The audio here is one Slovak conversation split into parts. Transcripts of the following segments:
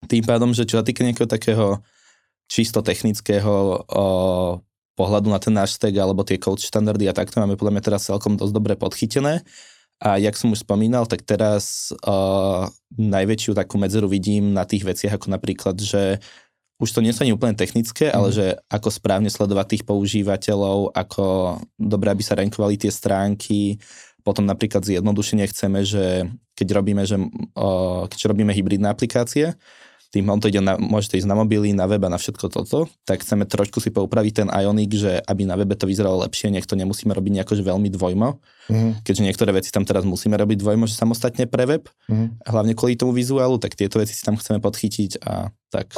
Tým pádom, že čo sa týka nejakého takého čisto technického pohľadu na ten náš stack alebo tie code štandardy a takto máme podľa mňa teraz celkom dosť dobre podchytené. A jak som už spomínal, tak teraz najväčšiu takú medzeru vidím na tých veciach, ako napríklad, že už to nie sú ani úplne technické, ale že ako správne sledovať tých používateľov, ako dobre, aby sa rankovali tie stránky. Potom napríklad zjednodušene chceme, že keď robíme hybridné aplikácie, tým on to môžete ísť na mobily, na web a na všetko toto, tak chceme trošku si poupraviť ten Ionic, že aby na webe to vyzeralo lepšie, nech to nemusíme robiť nejako veľmi dvojmo, keďže niektoré veci tam teraz musíme robiť dvojmo, že samostatne pre web, hlavne kvôli tomu vizuálu, tak tieto veci si tam chceme podchytiť a tak.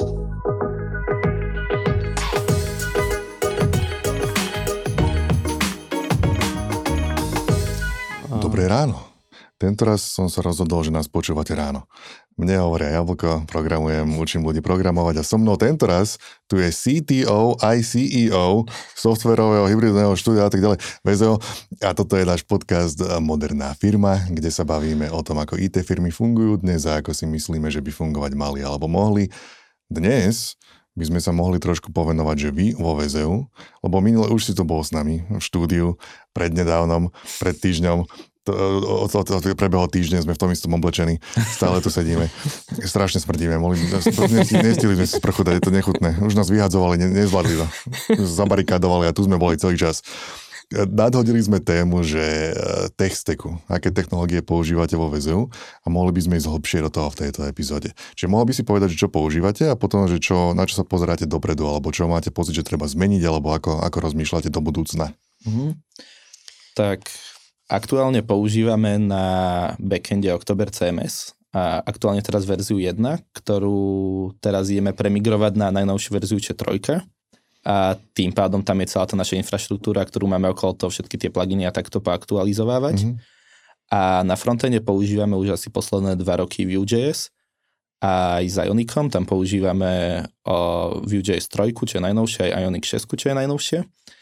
Dobré ráno. Tentoraz som sa rozhodol, že nás počúvate ráno. Mne hovoria Jablko, programujem, učím ľudí programovať a so mnou tentoraz tu je CTO, aj CEO, softwarového hybridného štúdia a tak ďalej, VZO. A toto je náš podcast Moderná firma, kde sa bavíme o tom, ako IT firmy fungujú dnes a ako si myslíme, že by fungovať mali alebo mohli. Dnes by sme sa mohli trošku povenovať, že vy vo VZU, lebo minule už si to bol s nami v štúdiu pred týždňom, prebehol týždeň, sme v tom istom oblečení, stále tu sedíme, strašne smrdíme, nestihli sme si sprchu dať, je to nechutné, už nás vyhadzovali, nezvládli to, zabarikádovali a tu sme boli celý čas. Nadhodili sme tému, že tech stacku, aké technológie používate vo VZU a mohli by sme ísť hlbšie do toho v tejto epizóde. Čiže mohli by si povedať, že čo používate a potom, že na čo sa pozeráte dopredu, alebo čo máte pocit, že treba zmeniť, alebo ako rozmýšľate do budúcna. Tak aktuálne používame na backende Oktober CMS a aktuálne teraz verziu 1, ktorú teraz ideme premigrovať na najnovšiu verziu Č3 a tým pádom tam je celá tá naša infraštruktúra, ktorú máme okolo toho, všetky tie pluginy a takto poaktualizovávať. A na frontende používame už asi posledné 2 roky Vue.js a aj s Ionicom, tam používame Vue.js 3, čo je najnovšie, aj Ionic 6, čo je najnovšie.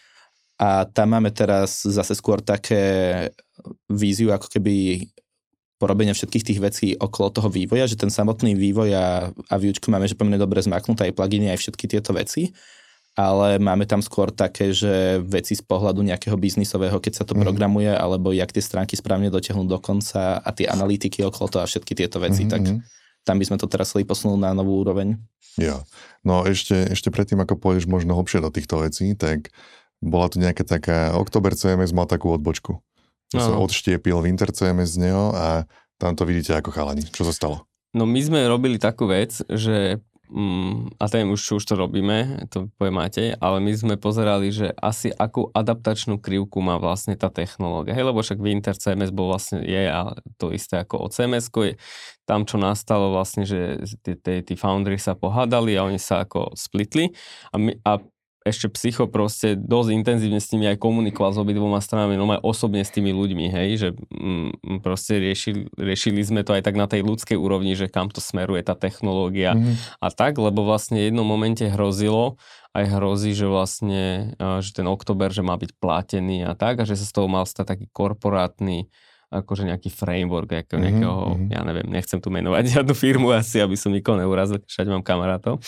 A tam máme teraz zase skôr také víziu, ako keby porobenie všetkých tých vecí okolo toho vývoja, že ten samotný vývoj a Vuečku máme, že pomerne dobre zmaknuté aj pluginy, aj všetky tieto veci, ale máme tam skôr také, že veci z pohľadu nejakého biznisového, keď sa to programuje, alebo jak tie stránky správne dotiahnuť do konca a tie analytiky okolo toho a všetky tieto veci, tak tam by sme to teraz chceli posunúť na novú úroveň. Ja, no ešte predtým, ako pôjdeš možno hlbšie do týchto vecí, tak bola tu nejaká taká, Oktober CMS mal takú odbočku. Som odštiepil Winter CMS z neho a tam to vidíte ako chalani. Čo sa stalo? No my sme robili takú vec, že a ten už to robíme, to poviem Matej, ale my sme pozerali, že asi akú adaptačnú krivku má vlastne tá technológia. Hej, lebo však Winter CMS bol vlastne a to isté ako o CMS-ku. Tam, čo nastalo vlastne, že tí foundry sa pohádali a oni sa ako splitli a ešte Psycho proste dosť intenzívne s nimi aj komunikoval s obidvoma stranami, no aj osobne s tými ľuďmi, hej, že proste riešili sme to aj tak na tej ľudskej úrovni, že kam to smeruje tá technológia a tak, lebo vlastne v jednom momente hrozí, že vlastne, že ten Oktober, že má byť platený a tak, a že sa z toho mal stať taký korporátny akože nejaký framework, nejakého, ja neviem, nechcem tu menovať žiadnu firmu asi, aby som nikoho neurazil, všade mám kamarátov.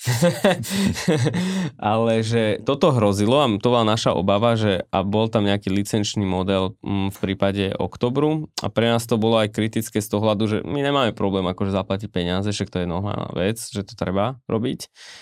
Ale že toto hrozilo a to bola naša obava, že a bol tam nejaký licenčný model v prípade Oktobru a pre nás to bolo aj kritické z toho hľadu, že my nemáme problém akože zaplatiť peniaze, však to je normálna vec, že to treba robiť.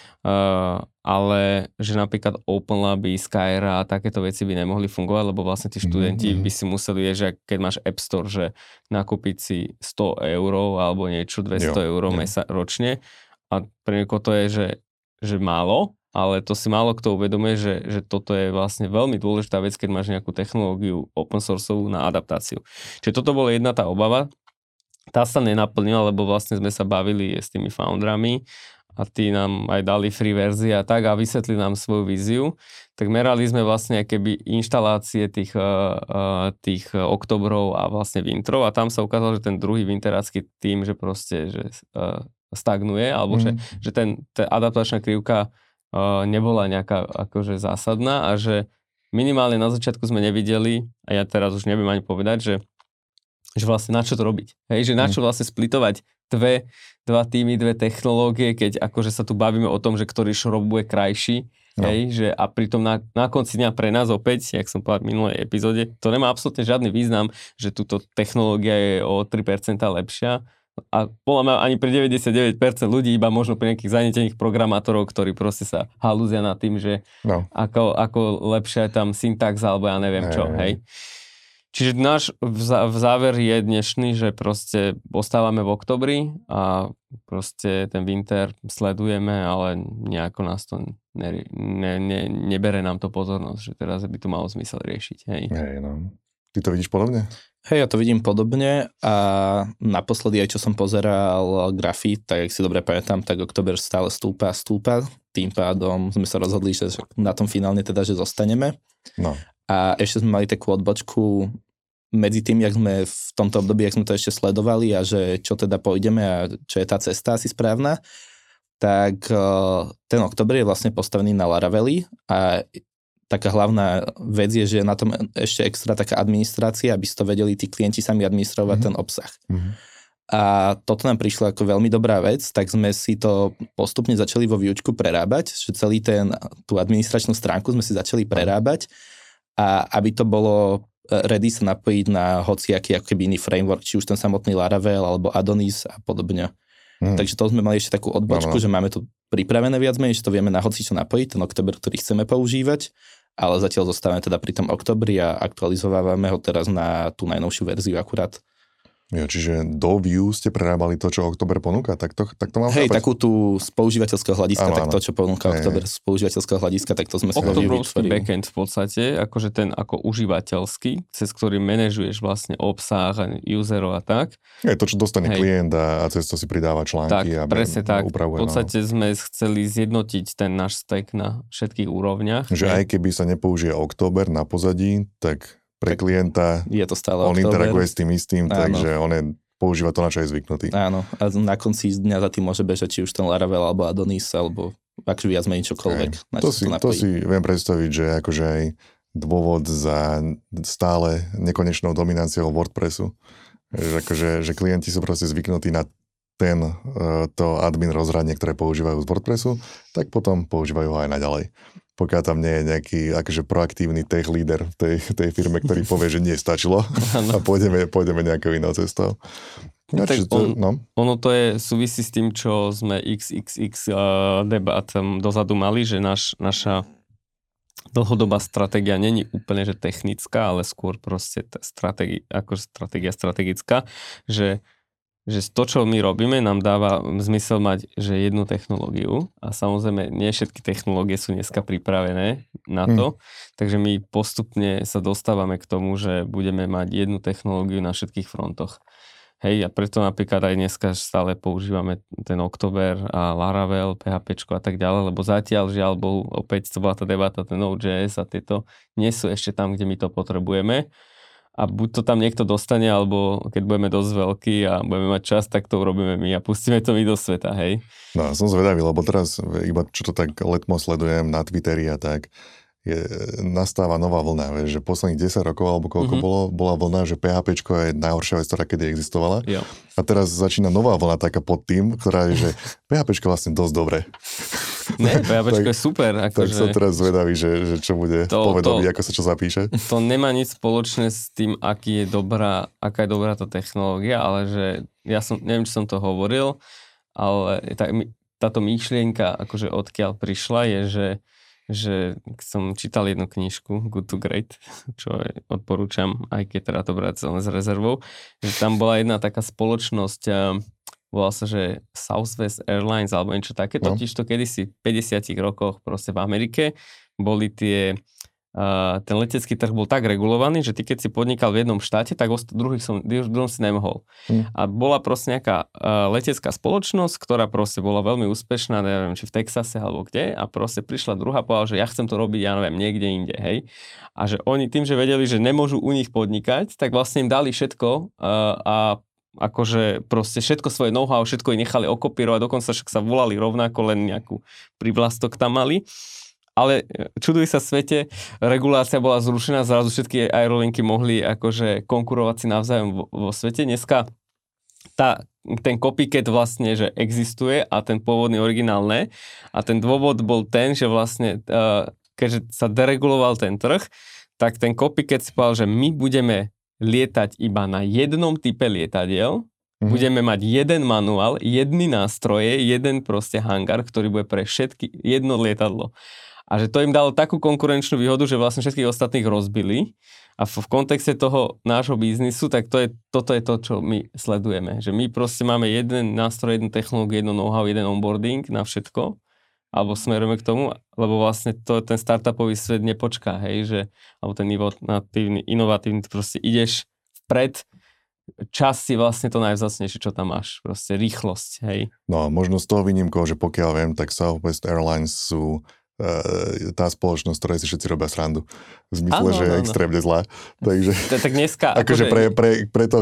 Ale že napríklad OpenLaby, Skyra a takéto veci by nemohli fungovať, lebo vlastne tí študenti by si museli, že keď máš App Store, že nakúpiť si 100 € alebo niečo, 200 € ročne a pre niekoho to je, že málo, ale to si málo kto uvedomuje, že toto je vlastne veľmi dôležitá vec, keď máš nejakú technológiu open sourceovú na adaptáciu. Čiže toto bola jedna tá obava, tá sa nenaplnila, lebo vlastne sme sa bavili s tými foundrami a tí nám aj dali free verzie a tak a vysvetlili nám svoju víziu, tak merali sme vlastne keby inštalácie tých oktobrov a vlastne wintrov a tam sa ukázalo, že ten druhý winterácky tým, že proste že stagnuje, alebo že tá adaptačná krivka nebola nejaká akože zásadná a že minimálne na začiatku sme nevideli, a ja teraz už neviem ani povedať, že vlastne na čo to robiť. Hej, že na čo vlastne splitovať dva týmy, dve technológie, keď akože sa tu bavíme o tom, že ktorý šrob bude krajší, hej, že a pritom na konci dňa pre nás opäť, jak som povedal v minulej epizóde, to nemá absolútne žiadny význam, že túto technológia je o 3% lepšia a podľa mňa ani pre 99% ľudí, iba možno pre nejakých zanietených programátorov, ktorí proste sa halúzia nad tým, že ako lepšia je tam syntax alebo ja neviem čo, hej. Čiže náš v záver je dnešný, že proste ostávame v oktobri a proste ten winter sledujeme, ale nejako nás to nebere nám to pozornosť, že teraz by to malo zmysel riešiť. Hej, no. Ty to vidíš podobne? Hej, ja to vidím podobne a naposledy aj čo som pozeral grafy, tak ak si dobre pamätám, tak október stále stúpa. Tým pádom sme sa rozhodli, že na tom finálne teda, že zostaneme. No. A ešte sme mali takú odbočku medzi tým, jak sme v tomto období, jak sme to ešte sledovali a že čo teda pôjdeme a čo je tá cesta asi správna, tak ten október je vlastne postavený na Laraveli a taká hlavná vec je, že je na tom ešte extra taká administrácia, aby si to vedeli tí klienti sami administrovať ten obsah. A toto nám prišlo ako veľmi dobrá vec, tak sme si to postupne začali vo výučku prerábať, že celý tú administračnú stránku sme si začali prerábať a aby to bolo ready sa napojiť na hociaký ako keby iný framework, či už ten samotný Laravel alebo Adonis a podobne. Takže to sme mali ešte takú odbočku, že máme to pripravené viac menej, že to vieme na hocičo napojiť, ten október, ktorý chceme používať, ale zatiaľ zostávame teda pri tom oktobri a aktualizovávame ho teraz na tú najnovšiu verziu akurát. Jo, čiže do Vue ste prerábali to, čo Oktober ponúka, tak to mám chápať? Hej, takú tú z používateľského hľadiska, tak to, čo ponúka Oktober z používateľského hľadiska, tak to sme si Oktobrovský backend v podstate, akože ten ako užívateľský, cez ktorý manažuješ vlastne obsah a userov a tak. Je to, čo dostane klient a cez to si pridáva články a presne tak. Upravuje. V podstate sme chceli zjednotiť ten náš stack na všetkých úrovniach. Že aj keby sa nepoužije Oktober na pozadí, tak pre klienta je to stále on Oktober. interaguje s tým istým, takže on používa to, na čo je zvyknutý. Áno, a na konci dňa za tým môže bežať či už ten Laravel, alebo Adonis, alebo ak viac menej čokoľvek. To si viem predstaviť, že akože aj dôvod za stále nekonečnou dominanciou WordPressu, že akože, že klienti sú proste zvyknutí na to admin rozhradne, ktoré používajú z WordPressu, tak potom používajú ho aj naďalej. Pokiaľ tam nie je nejaký akože proaktívny tech leader v tej firme, ktorý povie, že nie, stačilo a pôjdeme nejakou inou cestou. Ono to súvisí s tým, čo sme XXX debat dozadu mali, že naša dlhodobá stratégia není úplne že technická, ale skôr proste stratégia strategická, že to, čo my robíme, nám dáva zmysel mať že jednu technológiu a samozrejme nie všetky technológie sú dneska pripravené na to, takže my postupne sa dostávame k tomu, že budeme mať jednu technológiu na všetkých frontoch. Hej, a preto napríklad aj dneska stále používame ten Oktober a Laravel, PHPčko a tak ďalej, lebo zatiaľ žiaľ Bohu, opäť to bola tá debata, ten Node.js a tieto nie sú ešte tam, kde my to potrebujeme. A buď to tam niekto dostane, alebo keď budeme dosť veľkí a budeme mať čas, tak to urobíme my a pustíme to my do sveta, hej? No, som zvedavý, lebo teraz iba čo to tak letmo sledujem na Twitteri a tak, nastáva nová vlna, vieš, že posledných 10 rokov, alebo koľko bola vlna, že PHPčko je najhoršia vec, ktorá kedy existovala. Jo. A teraz začína nová vlna taká pod tým, ktorá je, že PHPčko vlastne dosť dobré. Ne, PHPčko je super. Tak som teraz zvedavý, že čo bude povedomí, ako sa čo zapíše. To nemá nič spoločné s tým, aká je dobrá tá technológia, ale že neviem, či som to hovoril, ale táto myšlienka, akože odkiaľ prišla, je, že som čítal jednu knižku Good to Great, čo odporúčam, aj keď teda to brať s rezervou, že tam bola jedna taká spoločnosť, volá sa, že Southwest Airlines alebo niečo také, totiž to kedysi v 50 rokoch proste v Amerike boli ten letecký trh bol tak regulovaný, že ty keď si podnikal v jednom štáte, tak druhom si nemohol. A bola proste nejaká letecká spoločnosť, ktorá proste bola veľmi úspešná, neviem, či v Texase alebo kde, a proste prišla druhá, povedala, že ja chcem to robiť, ja neviem, niekde inde, hej. A že oni tým, že vedeli, že nemôžu u nich podnikať, tak vlastne im dali všetko a akože proste všetko svoje know-how, všetko ich nechali okopírovať, dokonca však sa volali rovnako, len nejakú privlastok tam mali. Ale čuduj sa svete, regulácia bola zrušená, zrazu všetky aerolinky mohli akože konkurovať si navzájom vo svete. Dneska ten copycat vlastne, že existuje a ten pôvodný originál ne. A ten dôvod bol ten, že vlastne, keďže sa dereguloval ten trh, tak ten copycat si povedal, že my budeme lietať iba na jednom type lietadiel, budeme mať jeden manuál, jedny nástroje, jeden proste hangár, ktorý bude pre všetky jedno lietadlo. A že to im dalo takú konkurenčnú výhodu, že vlastne všetkých ostatných rozbili. A v kontexte toho nášho biznisu, tak toto je to, čo my sledujeme. Že my proste máme jeden nástroj, jednu technológiu, jedno know-how, jeden onboarding na všetko. Alebo smerujeme k tomu, lebo vlastne ten startupový svet nepočká, hej, že, alebo ten inovatívny, proste ideš vpred, čas si vlastne to najvzácnejšie, čo tam máš, proste rýchlosť, hej. No a možno z toho výnimkou, že pokiaľ viem, tak Southwest Airlines sú tá spoločnosť, ktorej si všetci robia srandu. V zmysle, že je extrémne zlá. Takže, tak dneska... Akože pre to,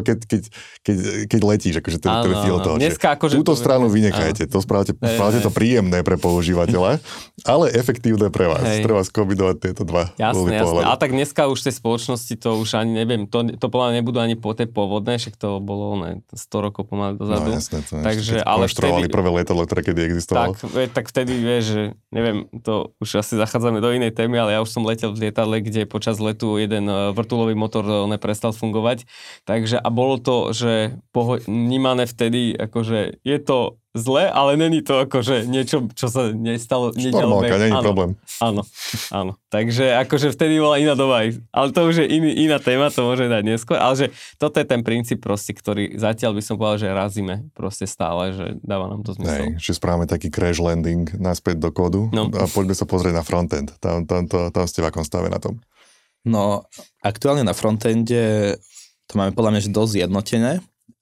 keď letíš, akože ten feel toho, že túto stranu vynechajte, to správate to príjemné pre používateľa, ale efektívne pre vás. Treba skombinovať tieto dva. Jasné. A tak dneska už tej spoločnosti to už ani neviem, to podľa mňa nebudú ani po tej pôvodné, však to bolo 100 rokov pomaly dozadu. No jasné, to takže, ale vtedy... prvé lietadlo, ktoré kedy existovalo. Tak vtedy vieš, že neviem, to už asi zachádzame do inej témy, ale ja už som letel v lietadle, kde počas letu jeden vrtulový motor prestal fungovať. Takže a bolo to, že vnímané vtedy, akože je to zle, ale není to akože niečo, čo sa nestalo. Štormálka, není problém. Áno. Takže akože vtedy bola iná doba. Ale to už je iná téma, to môže dať neskôr. Ale že toto je ten princíp proste, ktorý zatiaľ by som povedal, že razíme proste stále, že dáva nám to zmysel. Že správame taký crash landing naspäť do kódu a poďme sa pozrieť na frontend. Tam ste v akom stave na tom? No, aktuálne na frontende to máme podľa mňa že dosť zjednotené.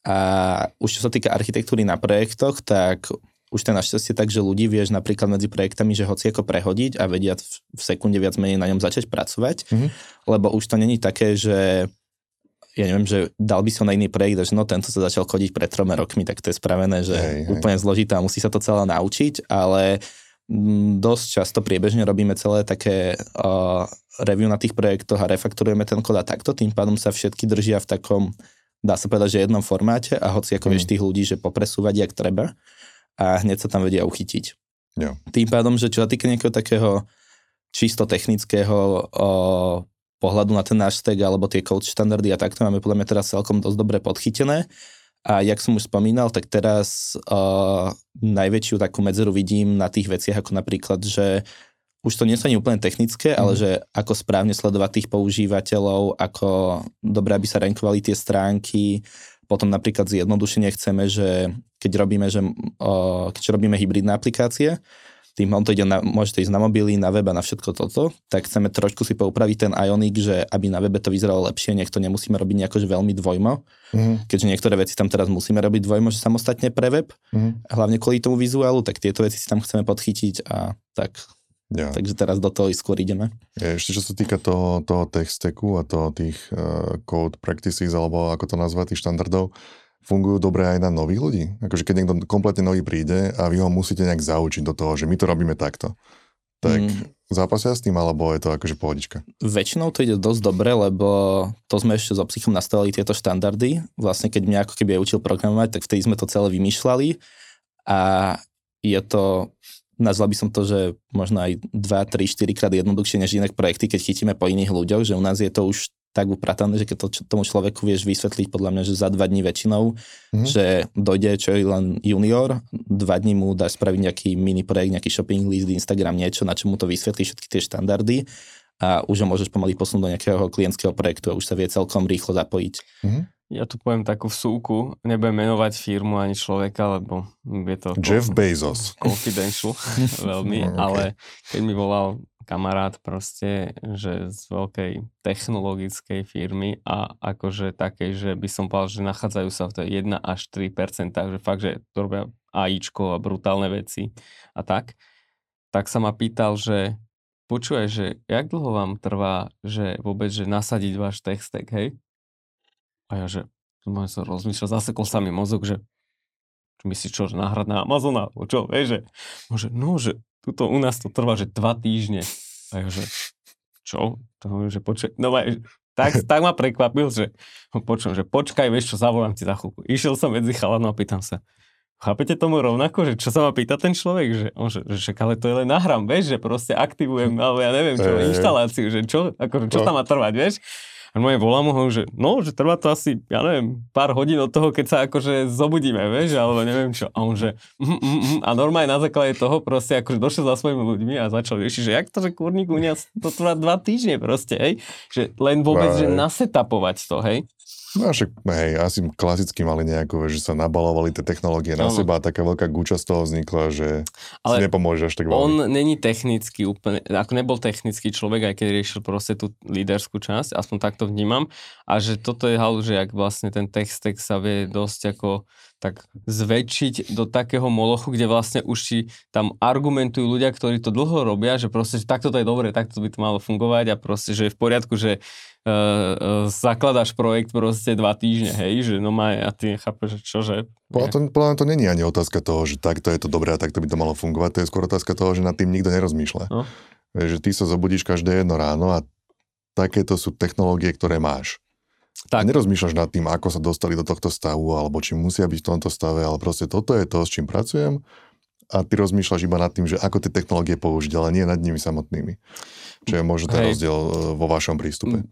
A už čo sa týka architektúry na projektoch, tak už to je našťastie tak, že ľudí vieš napríklad medzi projektami, že hoci ako prehodiť a vedia v sekunde viac menej na ňom začať pracovať, lebo už to není také, že ja neviem, že dal by som na iný projekt, že no tento sa začal chodiť pred 3 rokmi, tak to je spravené, že úplne zložité a musí sa to celé naučiť, ale dosť často priebežne robíme celé také review na tých projektoch a refakturujeme ten kód a takto, tým pádom sa všetky držia v takom, dá sa povedať, že jednom formáte a hoci ako vieš tých ľudí, že popresúvať jak treba a hneď sa tam vedia uchytiť. Jo. Tým pádom, že čo sa týka nejakého takého čisto technického pohľadu na ten náš stack alebo tie code štandardy a takto máme podľa mňa teraz celkom dosť dobre podchytené. A jak som už spomínal, tak teraz najväčšiu takú medzeru vidím na tých veciach, ako napríklad, že už to nie sú ani úplne technické, ale že ako správne sledovať tých používateľov, ako dobre, aby sa rankovali tie stránky. Potom napríklad zjednodušene chceme, že keď robíme hybridné aplikácie, tým to ide môže to ísť na mobily, na web a na všetko toto, tak chceme trošku si poupraviť ten Ionic, že aby na webe to vyzeralo lepšie, nech to nemusíme robiť nejako veľmi dvojmo, keďže niektoré veci tam teraz musíme robiť dvojmo, že samostatne pre web, hlavne kvôli tomu vizuálu, tak tieto veci si tam chceme podchytiť a tak. Ja. Takže teraz do toho skôr ideme. Ešte čo sa týka toho tech stacku a tých code practices, alebo ako to nazvať, tých štandardov, fungujú dobre aj na nových ľudí? Akože keď niekto kompletne nový príde a vy ho musíte nejak zaučiť do toho, že my to robíme takto. Tak zápasia s tým, alebo je to akože pohodička? Väčšinou to ide dosť dobre, lebo to sme ešte so psychom nastavili tieto štandardy. Vlastne keď mňa ako keby učil programovať, tak vtedy sme to celé vymýšľali a je to, nazval by som to, že možno aj 2, 3, 4 krát jednoduchšie než iné projekty, keď chytíme po iných ľuďoch, že u nás je to už tak upratané, že keď to tomu človeku vieš vysvetliť podľa mňa, že za 2 dní väčšinou, že dojde čo je len junior, 2 dní mu dáš spraviť nejaký mini projekt, nejaký shopping list, Instagram, niečo, na čo mu to vysvetlí všetky tie štandardy a už ho môžeš pomaly posunúť do nejakého klientského projektu a už sa vie celkom rýchlo zapojiť. Ja tu poviem takú vsúku, nebudem menovať firmu ani človeka, lebo je to Jeff Bezos. Confidential veľmi, ale keď mi volal kamarát proste, že z veľkej technologickej firmy a akože takej, že by som povedal, že nachádzajú sa v to 1 až 3%, takže fakt, že to robia AIčko a brutálne veci a tak sa ma pýtal, že počúvaj, že jak dlho vám trvá, že vôbec, že nasadiť váš tech stack, hej? A ja, že som rozmýšľal, zasekol sa mi mozog, že myslíš čo, že náhrad na Amazona, čo, vieš, že tuto u nás to trvá, že 2 týždne. A ja, že čo? To hovorím, že počkaj, no tak ma prekvapil, že ho počujem, že počkaj, vieš čo, zavolám ti za chvíľku. Išiel som medzi chalanov a pýtam sa, chápete tomu rovnako, že čo sa ma pýta ten človek, že on, že ale to je len nahrám, vieš, že proste aktivujem, alebo ja neviem čo, inštaláciu, že čo, akože čo tam má trvať, vieš? A moje volám ho, že no, že trvá to asi, ja neviem, pár hodín od toho, keď sa akože zobudíme, vieš, alebo neviem čo. A on že, a normálne na základe toho proste akože došiel za svojimi ľuďmi a začal riešiť, že jak to, že kurník u nás to trvá 2 týždne proste, hej? Že len vôbec, že nasetapovať to, hej? No však, hej, asi klasicky mali nejako, že sa nabalovali tie technológie na seba a taká veľká guča z toho vznikla, že si nepomôže až tak veľmi. On není technicky úplne, ako nebol technický človek, aj keď riešil proste tú líderskú časť, aspoň takto vnímam, a že toto je halu, že jak vlastne ten text sa vie dosť ako tak zväčšiť do takého molochu, kde vlastne už si tam argumentujú ľudia, ktorí to dlho robia, že proste, že takto to je dobre, takto by to malo fungovať a proste, že je v poriadku, že zakladáš projekt proste 2 týždne, hej, že no má, a ty chápeš, že čože. Podľa mňa to není ani otázka toho, že takto je to dobré a takto by to malo fungovať, to je skôr otázka toho, že nad tým nikto nerozmýšľa. No. Že ty sa zobudíš každé jedno ráno a takéto sú technológie, ktoré máš. Tak. A nerozmýšľaš nad tým, ako sa dostali do tohto stavu, alebo či musia byť v tomto stave, ale proste toto je to, s čím pracujem a ty rozmýšľaš iba nad tým, že ako tie technológie použiť, ale nie nad nimi samotnými. Čo je možno ten rozdiel vo vašom prístupe.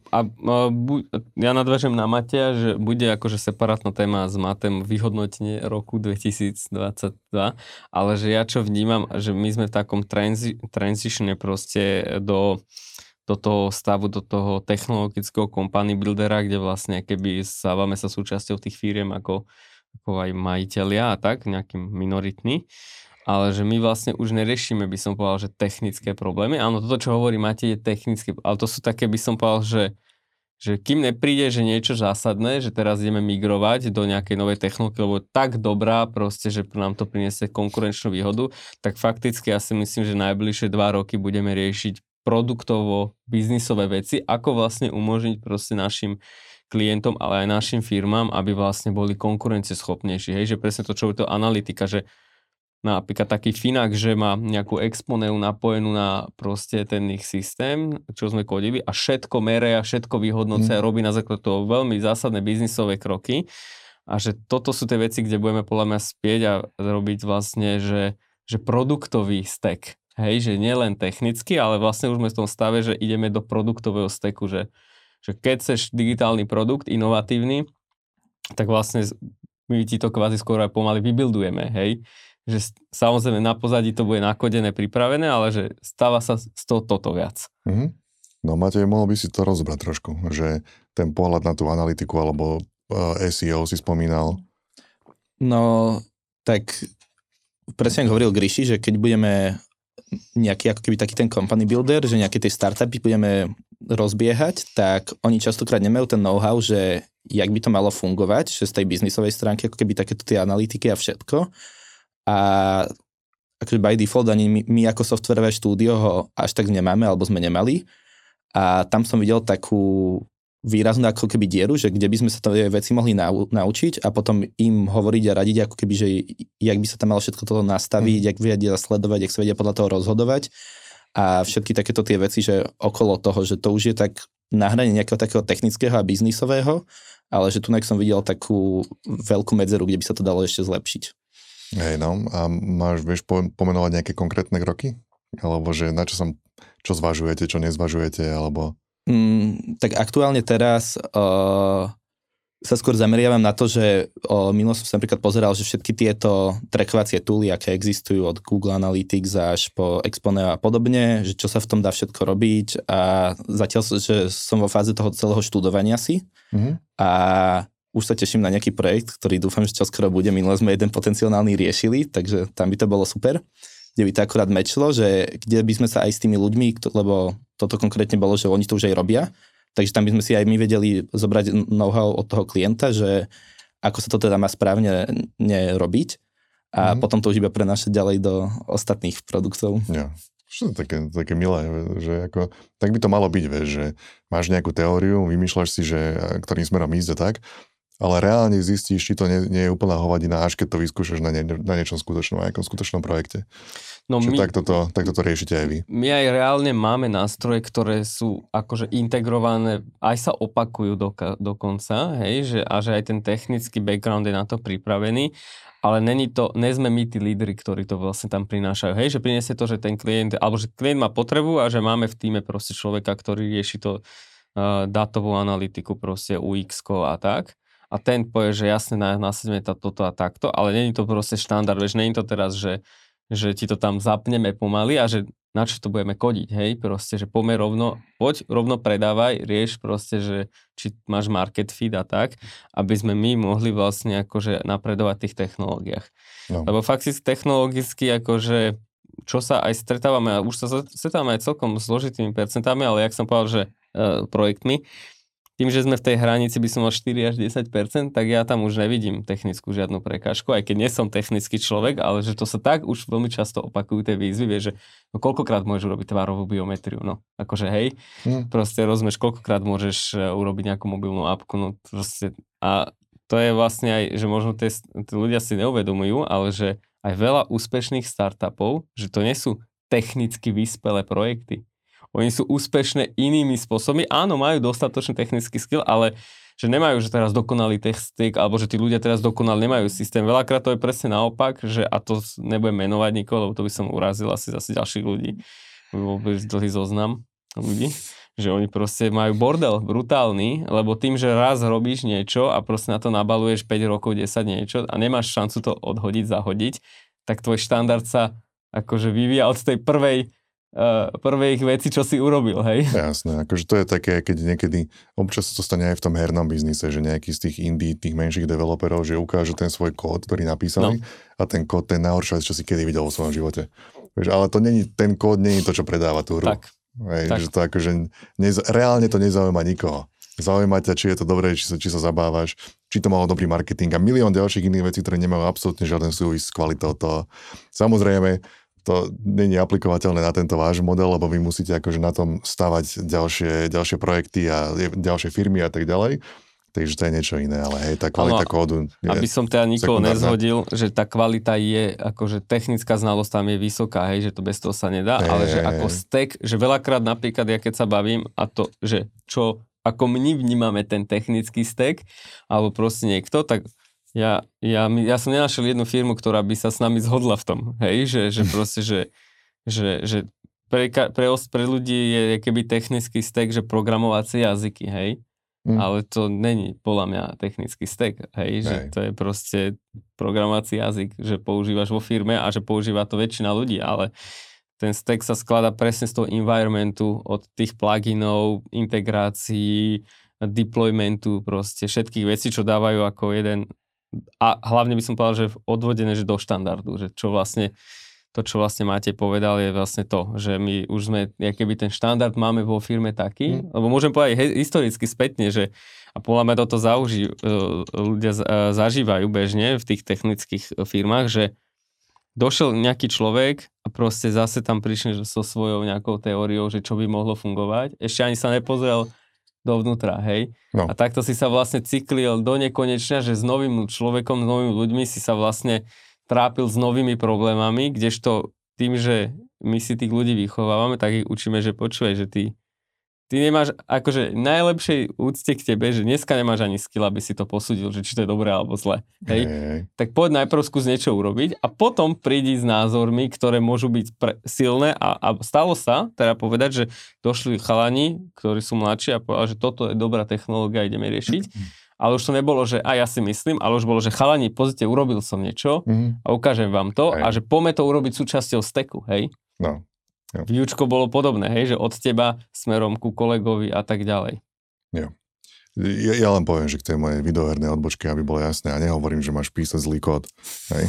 Ja nadväžem na Mateja, že bude akože separátna téma s Matem vyhodnotenie roku 2022, ale že ja čo vnímam, že my sme v takom transitione proste do toho stavu, do toho technologického company buildera, kde vlastne keby stávame sa súčasťou tých firiem ako aj majitelia a tak, nejakým minoritný, ale že my vlastne už neriešime, by som povedal, že technické problémy. Áno, toto, čo hovorí Matej, je technické, ale to sú také, by som povedal, že kým nepríde, že niečo zásadné, že teraz ideme migrovať do nejakej novej technológie, lebo tak dobrá proste, že nám to priniesie konkurenčnú výhodu, tak fakticky ja si myslím, že najbližšie 2 roky budeme riešiť produktovo biznisové veci, ako vlastne umožniť proste našim klientom, ale aj našim firmám, aby vlastne boli konkurencieschopnejší. Hej, že presne to, čo je to analytika, že napríklad taký Finax, že má nejakú Exponeu napojenú na proste ten ich systém, čo sme kodili a všetko mere a všetko vyhodnoce a robí na základe toho veľmi zásadné biznisové kroky a že toto sú tie veci, kde budeme podľa mňa spieť a robiť vlastne, že produktový stack. Hej, že nie len technicky, ale vlastne už sme v tom stave, že ideme do produktového stacku, že keď chceš digitálny produkt, inovatívny, tak vlastne my ti to kvázi skoro aj pomaly vybuildujeme, hej. Že samozrejme na pozadí to bude nakodené, pripravené, ale že stáva sa z toho toto viac. Mm-hmm. No Matej, mohol by si to rozobrať trošku, že ten pohľad na tú analytiku alebo SEO si spomínal. No, tak presne ako hovoril Gríši, že keď budeme nejaký ako keby taký ten company builder, že nejaké tie startupy budeme rozbiehať, tak oni častokrát nemajú ten know-how, že jak by to malo fungovať, že z tej biznisovej stránky ako keby takéto tie analytiky a všetko. A akože by default ani my ako softwareové štúdio ho až tak nemáme, alebo sme nemali. A tam som videl takú výraznú ako keby dieru, že kde by sme sa tie veci mohli naučiť a potom im hovoriť a radiť ako keby, že jak by sa tam malo všetko toto nastaviť, jak vedia sledovať, jak sa vedia podľa toho rozhodovať a všetky takéto tie veci, že okolo toho, že to už je tak na hrane nejakého takého technického a biznisového, ale že tu som videl takú veľkú medzeru, kde by sa to dalo ešte zlepšiť. Hej, no, a vieš pomenovať nejaké konkrétne kroky? Alebo že na čo zvažujete, čo nezvažujete, alebo... Tak aktuálne teraz sa skôr zameriavam na to, že minulo som sa napríklad pozeral, že všetky tieto trackovacie tooly, aké existujú od Google Analytics až po Exponeu a podobne, že čo sa v tom dá všetko robiť a zatiaľ, že som vo fáze toho celého študovania si a už sa teším na nejaký projekt, ktorý dúfam, že čoskoro bude. Minule sme jeden potenciálny riešili, takže tam by to bolo super. Kde by to akurát mečlo, že kde by sme sa aj s tými ľuďmi, lebo toto konkrétne bolo, že oni to už aj robia, takže tam by sme si aj my vedeli zobrať know-how od toho klienta, že ako sa to teda má správne nerobiť a potom to už iba prenášať ďalej do ostatných produktov. Ja. Čo to je také milé, že ako, tak by to malo byť, vieš, že máš nejakú teóriu, vymýšľaš si, že ktorým smerom ísť a tak ale reálne zistíš, či to nie je úplná hovadina, až keď to vyskúšaš na niečom skutočnom, na nejakom skutočnom projekte. No takto to riešite aj vy. My aj reálne máme nástroje, ktoré sú akože integrované, aj sa opakujú dokonca, hej, že aj ten technický background je na to pripravený, ale nie sme my tí lídri, ktorí to vlastne tam prinášajú. Hej, že priniesie to, že ten klient, alebo že klient má potrebu a že máme v tíme proste človeka, ktorý rieši to dátovú analytiku, proste UX-ko a tak. A ten povie, že jasne, nasadíme toto a takto, ale nie je to proste štandard, vieš, nie je to teraz, že ti to tam zapneme pomaly a že na čo to budeme kodiť, hej, proste, že poďme rovno predávaj, rieš proste, že či máš market fit a tak, aby sme my mohli vlastne akože napredovať v tých technológiách. No. Lebo fakt si technologicky akože čo sa aj stretávame, a už sa stretávame aj celkom zložitými percentami, ale jak som povedal, že projektmi, tým, že sme v tej hranici by som mal 4 až 10%, tak ja tam už nevidím technickú žiadnu prekážku, aj keď nie som technický človek, ale že to sa tak už veľmi často opakujú tie výzvy, vieš, že no koľkokrát môžeš urobiť tvarovú biometriu, no akože hej, proste rozumieš, koľkokrát môžeš urobiť nejakú mobilnú appku, no proste a to je vlastne aj, že možno tí ľudia si neuvedomujú, ale že aj veľa úspešných startupov, že to nie sú technicky vyspelé projekty. Oni sú úspešné inými spôsobmi. Áno, majú dostatočný technický skill, ale že nemajú, že teraz dokonalý tech stack, alebo že tí ľudia teraz dokonale nemajú systém. Veľakrát to je presne naopak, že a to nebudem menovať nikoho, lebo to by som urazil asi zase ďalších ľudí. Vôbec dlhý zoznam ľudí. Že oni proste majú bordel brutálny, lebo tým, že raz robíš niečo a proste na to nabaluješ 5 rokov, 10 niečo a nemáš šancu to odhodiť, zahodiť, tak tvoj štandard sa akože vyvíja od tej prvej veci, čo si urobil, hej? Jasné, akože to je také, keď niekedy, občas to stane aj v tom hernom biznise, že nejaký z tých indie, tých menších developerov, že ukážu ten svoj kód, ktorý napísali a ten kód, ten najhoršia vec, čo si kedy videl vo svojom živote. Ale to ten kód není to, čo predáva tú hru. Tak. Hej, že to akože reálne to nezaujíma nikoho. Zaujíma ťa, či je to dobré, či sa zabávaš, či to malo dobrý marketing a milión ďalších iných vecí, ktoré nemajú absolútne žiaden súvis s kvalitou toho. Samozrejme, to nie je aplikovateľné na tento váš model, lebo vy musíte akože na tom stavať ďalšie projekty a ďalšie firmy a tak ďalej. Takže to je niečo iné, ale hej, tá kvalita kódu je aby som teda nikoho nezhodil, že tá kvalita je, akože technická znalosť tam je vysoká, hej, že to bez toho sa nedá, ale že ako stack, že veľakrát napríklad, ja keď sa bavím a to, že čo, ako my vnímame ten technický stack, alebo proste niekto, tak ja som nenašiel jednu firmu, ktorá by sa s nami zhodla v tom, hej, že proste, že pre ľudí je keby technický stack, že programovacie jazyky, hej. Ale to není podľa mňa technický stack, hej, že to je proste programovací jazyk, že používaš vo firme a že používa to väčšina ľudí, ale ten stack sa skladá presne z toho environmentu, od tých pluginov, integrácií, deploymentu, proste všetkých vecí, čo dávajú ako jeden, a hlavne by som povedal, že odvodené, že do štandardu, že čo vlastne to, čo vlastne Matej povedal, je vlastne to, že my už sme, keby ten štandard máme vo firme taký, lebo môžem povedať historicky spätne, že a podľa mňa toto ľudia zažívajú bežne v tých technických firmách, že došiel nejaký človek a proste zase tam prišiel so svojou nejakou teóriou, že čo by mohlo fungovať. Ešte ani sa nepozrel dovnútra, hej. No. A takto si sa vlastne cyklil do nekonečna, že s novým človekom, s novými ľuďmi si sa vlastne trápil s novými problémami, kdežto tým, že my si tých ľudí vychovávame, tak ich učíme, že počúvaj, že ty nemáš, akože najlepšej úcte k tebe, že dneska nemáš ani skill, aby si to posúdil, že či to je dobré alebo zlé. Hej? Tak poď najprv skús niečo urobiť a potom prídi s názormi, ktoré môžu byť silné a stalo sa, teda povedať, že došli chalani, ktorí sú mladší a povedali, že toto je dobrá technológia, ideme riešiť. Ale už to nebolo, že ja si myslím, ale už bolo, že chalani, pozrite, urobil som niečo a ukážem vám to a že poďme to urobiť súčasťou stacku, hej? No. Výučko bolo podobné, hej, že od teba smerom ku kolegovi a tak ďalej. Jo. Ja len poviem, že k tej mojej videohernej odbočke, aby bolo jasné, a nehovorím, že máš písať zlý kód. Hej?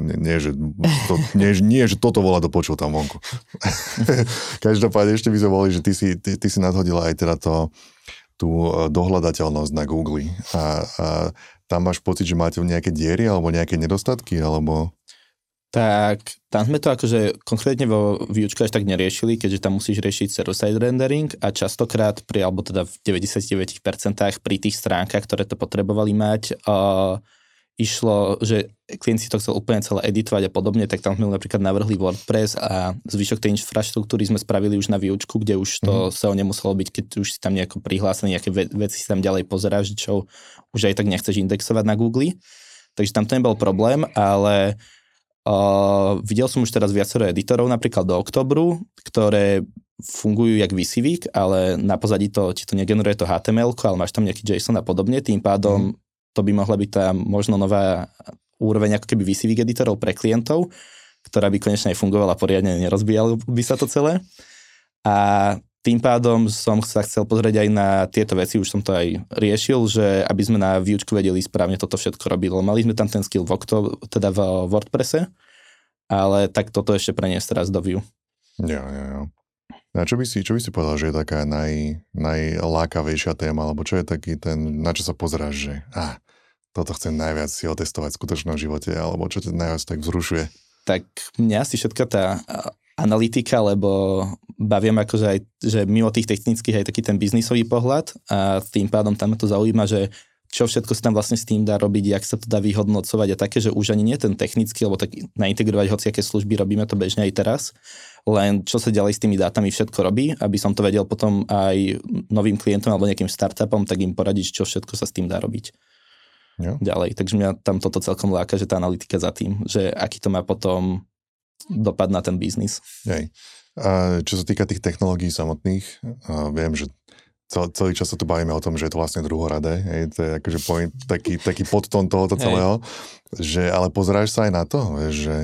Nie, že toto volá do počul tam vonku. Každopádne ešte by sme volili, že ty si nadhodila aj teda tú dohľadateľnosť na Google a tam máš pocit, že máte nejaké diery alebo nejaké nedostatky, alebo... Tak tam sme to akože konkrétne vo výučke až tak neriešili, keďže tam musíš riešiť server-side rendering a častokrát alebo teda v 99% pri tých stránkach, ktoré to potrebovali mať, išlo, že klient si to chcel úplne celé editovať a podobne, tak tam sme napríklad navrhli WordPress a zvyšok tej infraštruktúry sme spravili už na výučku, kde už to SEO nemuselo byť, keď už si tam nejako prihlásený, nejaké veci si tam ďalej pozeráš, čo už aj tak nechceš indexovať na Google. Takže tam to nebol problém, ale videl som už teraz viacero editorov, napríklad do oktobru, ktoré fungujú jak VisiVig, ale na pozadí ti to negeneruje to HTML, ale máš tam nejaký JSON a podobne, tým pádom to by mohla byť tá možno nová úroveň ako keby VisiVig editorov pre klientov, ktorá by konečne aj fungovala poriadne, nerozbíjalo by sa to celé. A tým pádom som sa chcel pozrieť aj na tieto veci, už som to aj riešil, že aby sme na výučku vedeli správne toto všetko robiť. Mali sme tam ten skill teda v WordPresse, ale tak toto ešte preniesť teraz do Vue. Jo. A čo by si povedal, že je taká najlákavejšia téma, alebo čo je taký ten, na čo sa pozeráš, že toto chcem najviac si otestovať v skutočnom živote, alebo čo ťa najviac tak vzrušuje? Tak mňa asi všetka tá analytika, lebo bavím akože aj, že mimo tých technických aj taký ten biznisový pohľad a tým pádom tam to zaujíma, že čo všetko sa tam vlastne s tým dá robiť, jak sa to dá vyhodnocovať a také, že už ani nie ten technický, lebo tak naintegrovať hociaké služby robíme to bežne aj teraz, len čo sa ďalej s tými dátami všetko robí, aby som to vedel potom aj novým klientom alebo nejakým startupom, tak im poradiť, čo všetko sa s tým dá robiť. Jo. Ďalej. Takže mňa tam toto celkom láka, že tá analytika za tým, že aký to má potom dopad na ten biznis. Hej. A čo sa týka tých technológií samotných, viem, že celý čas sa tu bavíme o tom, že je to vlastne druhoradé. Hej, to je akože taký podtón tohoto celého. Že, ale pozeráš sa aj na to,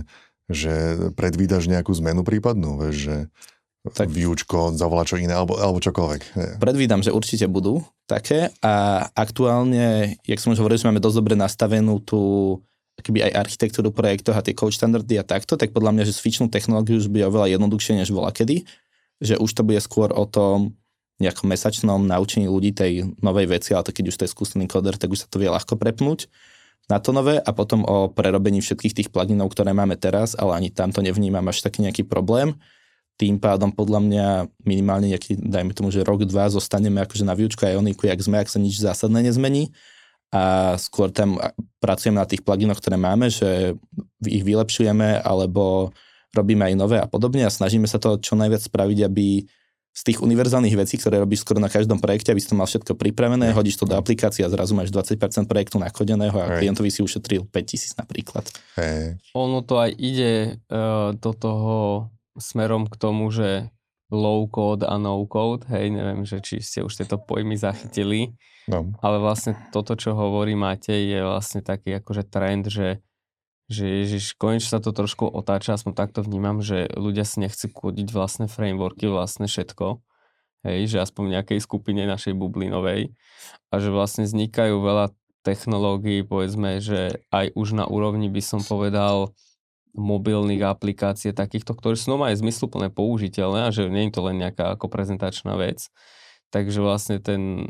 že predvídaš nejakú zmenu prípadnú, že tak výučko, zavolá čo iné, alebo čokoľvek. Predvídam, že určite budú také a aktuálne, jak som už hovoril, že máme dosť dobre nastavenú tú keby aj architektúru projektov a tie code štandardy a takto, tak podľa mňa, že switchnú technológiu už bude oveľa jednoduchšie, než volakedy, že už to bude skôr o tom nejakom mesačnom naučení ľudí tej novej veci, ale to keď už to je skúsený koder, tak už sa to vie ľahko prepnúť na to nové a potom o prerobení všetkých tých pluginov, ktoré máme teraz, ale ani tam to nevnímam až taký nejaký problém. Tým pádom podľa mňa minimálne nejaký, dajme tomu, že rok, dva zostaneme akože na výučku a Ioniku, jak sme, ak sa nič zásadné nezmení. A skôr tam pracujeme na tých pluginoch, ktoré máme, že ich vylepšujeme alebo robíme aj nové a podobne a snažíme sa to čo najviac spraviť, aby z tých univerzálnych vecí, ktoré robíš skoro na každom projekte, aby si to mal všetko pripravené, hodíš to do aplikácie a zrazu máš 20% projektu nakodeného a klientovi si ušetril 5,000 napríklad. Ono to aj ide do toho smerom k tomu, že low code a no code, hej, neviem, že či ste už tieto pojmy zachytili, no. Ale vlastne toto, čo hovorí Matej, je vlastne taký akože trend, že ježiš, konečne sa to trošku otáča, aspoň takto vnímam, že ľudia si nechcú kodiť vlastné frameworky, vlastne všetko, hej, že aspoň v nejakej skupine našej bublinovej a že vlastne vznikajú veľa technológií, povedzme, že aj už na úrovni by som povedal mobilných aplikácií takýchto, ktoré sú aj zmysluplne použiteľné a že nie je to len nejaká ako prezentačná vec. Takže vlastne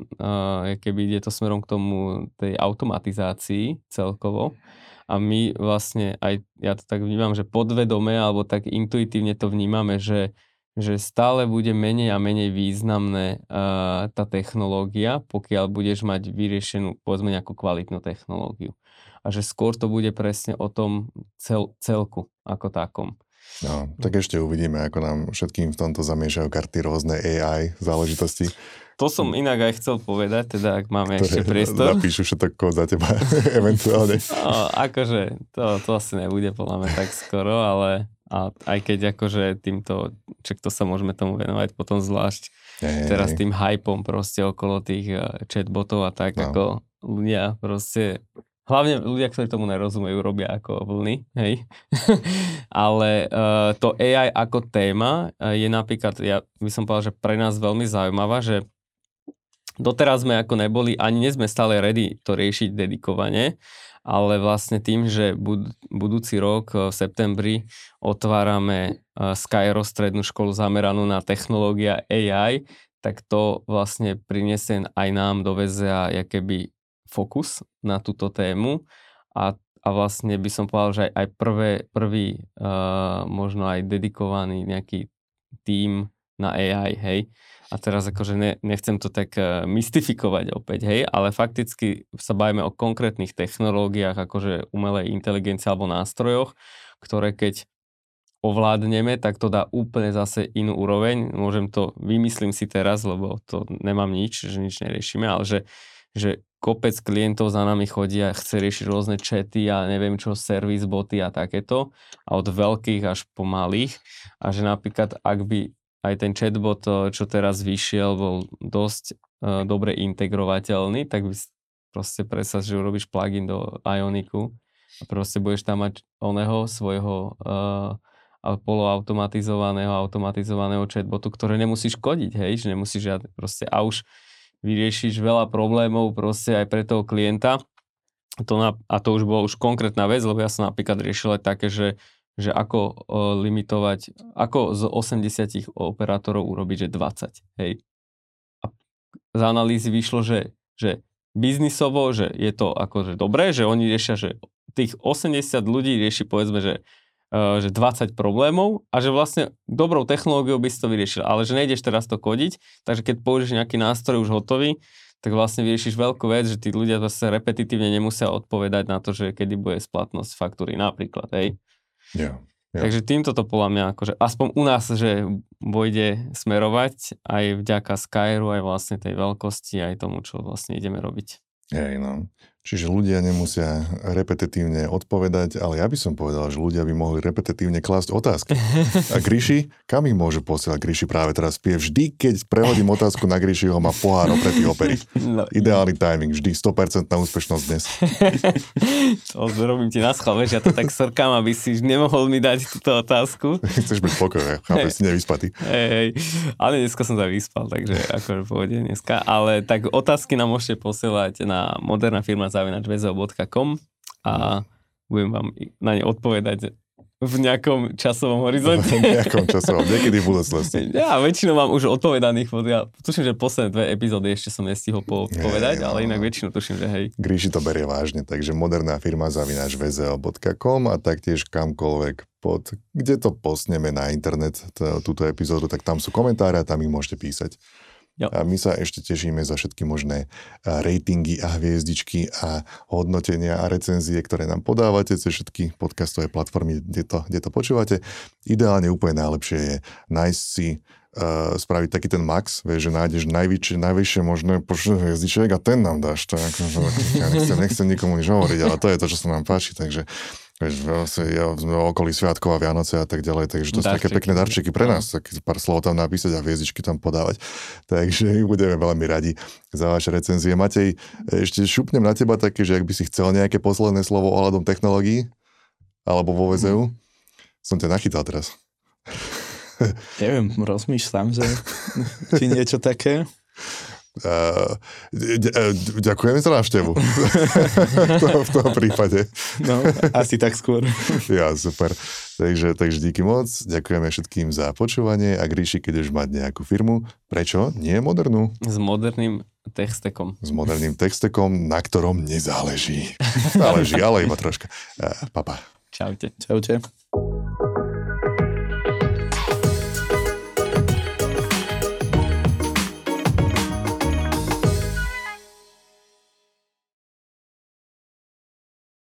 keby ide to smerom k tomu tej automatizácii celkovo a my vlastne aj, ja to tak vnímam, že podvedome alebo tak intuitívne to vnímame, že stále bude menej a menej významné tá technológia, pokiaľ budeš mať vyriešenú, povedzme, nejakú kvalitnú technológiu. A že skôr to bude presne o tom celku ako takom. No, tak ešte uvidíme, ako nám všetkým v tomto zamiešajú karty rôzne AI záležitosti. To som inak aj chcel povedať, teda ak máme ešte priestor. Napíšu všetko za teba, eventuálne. No, akože to asi nebude podľa mňa tak skoro, ale aj keď akože týmto, čak to sa môžeme tomu venovať potom zvlášť teraz tým hypom proste okolo tých chatbotov a tak, ako ľudia proste... Hlavne ľudia, ktorí tomu nerozumejú, robia ako vlny, hej. Ale to AI ako téma je napríklad, ja by som povedal, že pre nás veľmi zaujímavá, že doteraz sme ako neboli, ani nie sme stále ready to riešiť dedikovane, ale vlastne tým, že budúci rok v septembri otvárame Skyro strednú školu zameranú na technológia AI, tak to vlastne prinesie aj nám, dovezia keby fokus na túto tému a a vlastne by som povedal, že aj prvý možno aj dedikovaný nejaký tím na AI, hej. A teraz akože nechcem to tak mystifikovať opäť, hej, ale fakticky sa bavíme o konkrétnych technológiách, akože umelej inteligencie alebo nástrojoch, ktoré keď ovládneme, tak to dá úplne zase inú úroveň. Vymyslím si teraz, lebo to nemám nič, že nič neriešime, ale že kopec klientov za nami chodí a chce riešiť rôzne chaty a neviem čo, service boty a takéto. A od veľkých až po malých. A že napríklad, ak by aj ten chatbot, čo teraz vyšiel, bol dosť dobre integrovateľný, tak by proste predstav, že urobíš plugin do Ioniku a proste budeš tam mať svojho automatizovaného chatbotu, ktoré nemusíš kodiť, hej, že nemusíš žiadne proste a už vyriešiš veľa problémov proste aj pre toho klienta. A to už bola už konkrétna vec, lebo ja som napríklad riešil aj také, že ako limitovať, ako z 80 operátorov urobiť, že 20, hej. A z analýzy vyšlo, že biznisovo, že je to akože dobré, že oni riešia, že tých 80 ľudí rieši povedzme, že 20 problémov a že vlastne dobrou technológiou by si to vyriešil, ale že nejdeš teraz to kodiť, takže keď použiješ nejaký nástroj už hotový, tak vlastne vyriešiš veľkú vec, že tí ľudia zase repetitívne nemusia odpovedať na to, že kedy bude splatnosť faktúry napríklad, hej. Yeah. Takže týmto to podľa mňa, akože aspoň u nás, že pôjde smerovať aj vďaka Skyru, aj vlastne tej veľkosti, aj tomu, čo vlastne ideme robiť. Hej, no. Čiže ľudia nemusia repetitívne odpovedať, ale ja by som povedal, že ľudia by mohli repetitívne klásť otázky. A Gríši, kam ich môžu posielať? Gríši práve teraz pije vždy, keď prehodím otázku na Gríšiho, má pohár opretý opery. No, Ideálny timing, vždy 100% úspešnosť dnes. To robím ti na schvál, vieš, ja to tak srkám, aby si nemohol mi dať túto otázku. Chceš byť spokojný, chápeš, si nevyspatý. Hej, ale dneska som sa vyspal, takže akože pôjde dneska. Ale tak otázky nám môžete posielať na modernafirma@vzeo.com a budem vám na ne odpovedať v nejakom časovom horizonte. Niekedy v budúcnosti. Ja väčšinou mám už odpovedaných, ja tuším, že posledné 2 epizódy ešte som nestihol povedať, ale inak väčšinou tuším, že hej. Gríši to berie vážne, takže modernafirma@vzeo.com a taktiež kamkoľvek kde to postneme na internet, túto epizódu, tak tam sú komentáre a tam ich môžete písať. Jo. A my sa ešte tešíme za všetky možné ratingy a hviezdičky a hodnotenia a recenzie, ktoré nám podávate cez všetky podcastové platformy, kde to počúvate. Ideálne úplne najlepšie je nájsť si, spraviť taký ten max, vieš, že nájdeš najvyššie možné počet hviezdičiek a ten nám dáš. Tak, ja nechcem nikomu nič hovoriť, ale to je to, čo sa nám páči, takže sme okolí sviatkov a Vianoce a tak ďalej, takže to sú také pekné darčeky pre nás, tak pár slov tam napísať a hviezdičky tam podávať. Takže budeme veľmi radi za vaše recenzie. Matej, ešte šupnem na teba také, že ak by si chcel nejaké posledné slovo ohľadom technológií alebo vo VZU, som ťa nachytal teraz. Neviem, rozmýšľam, že či niečo také. Ďakujeme za návštevu. v tom prípade. No, asi tak skôr. Ja, super. Takže díky moc. Ďakujeme všetkým za počúvanie a Gríši, keď už mať nejakú firmu, prečo nie modernú? S moderným techstekom. S moderným techstekom, na ktorom nezáleží. Záleží, ale iba troška. Papa. Čaute. Čaute.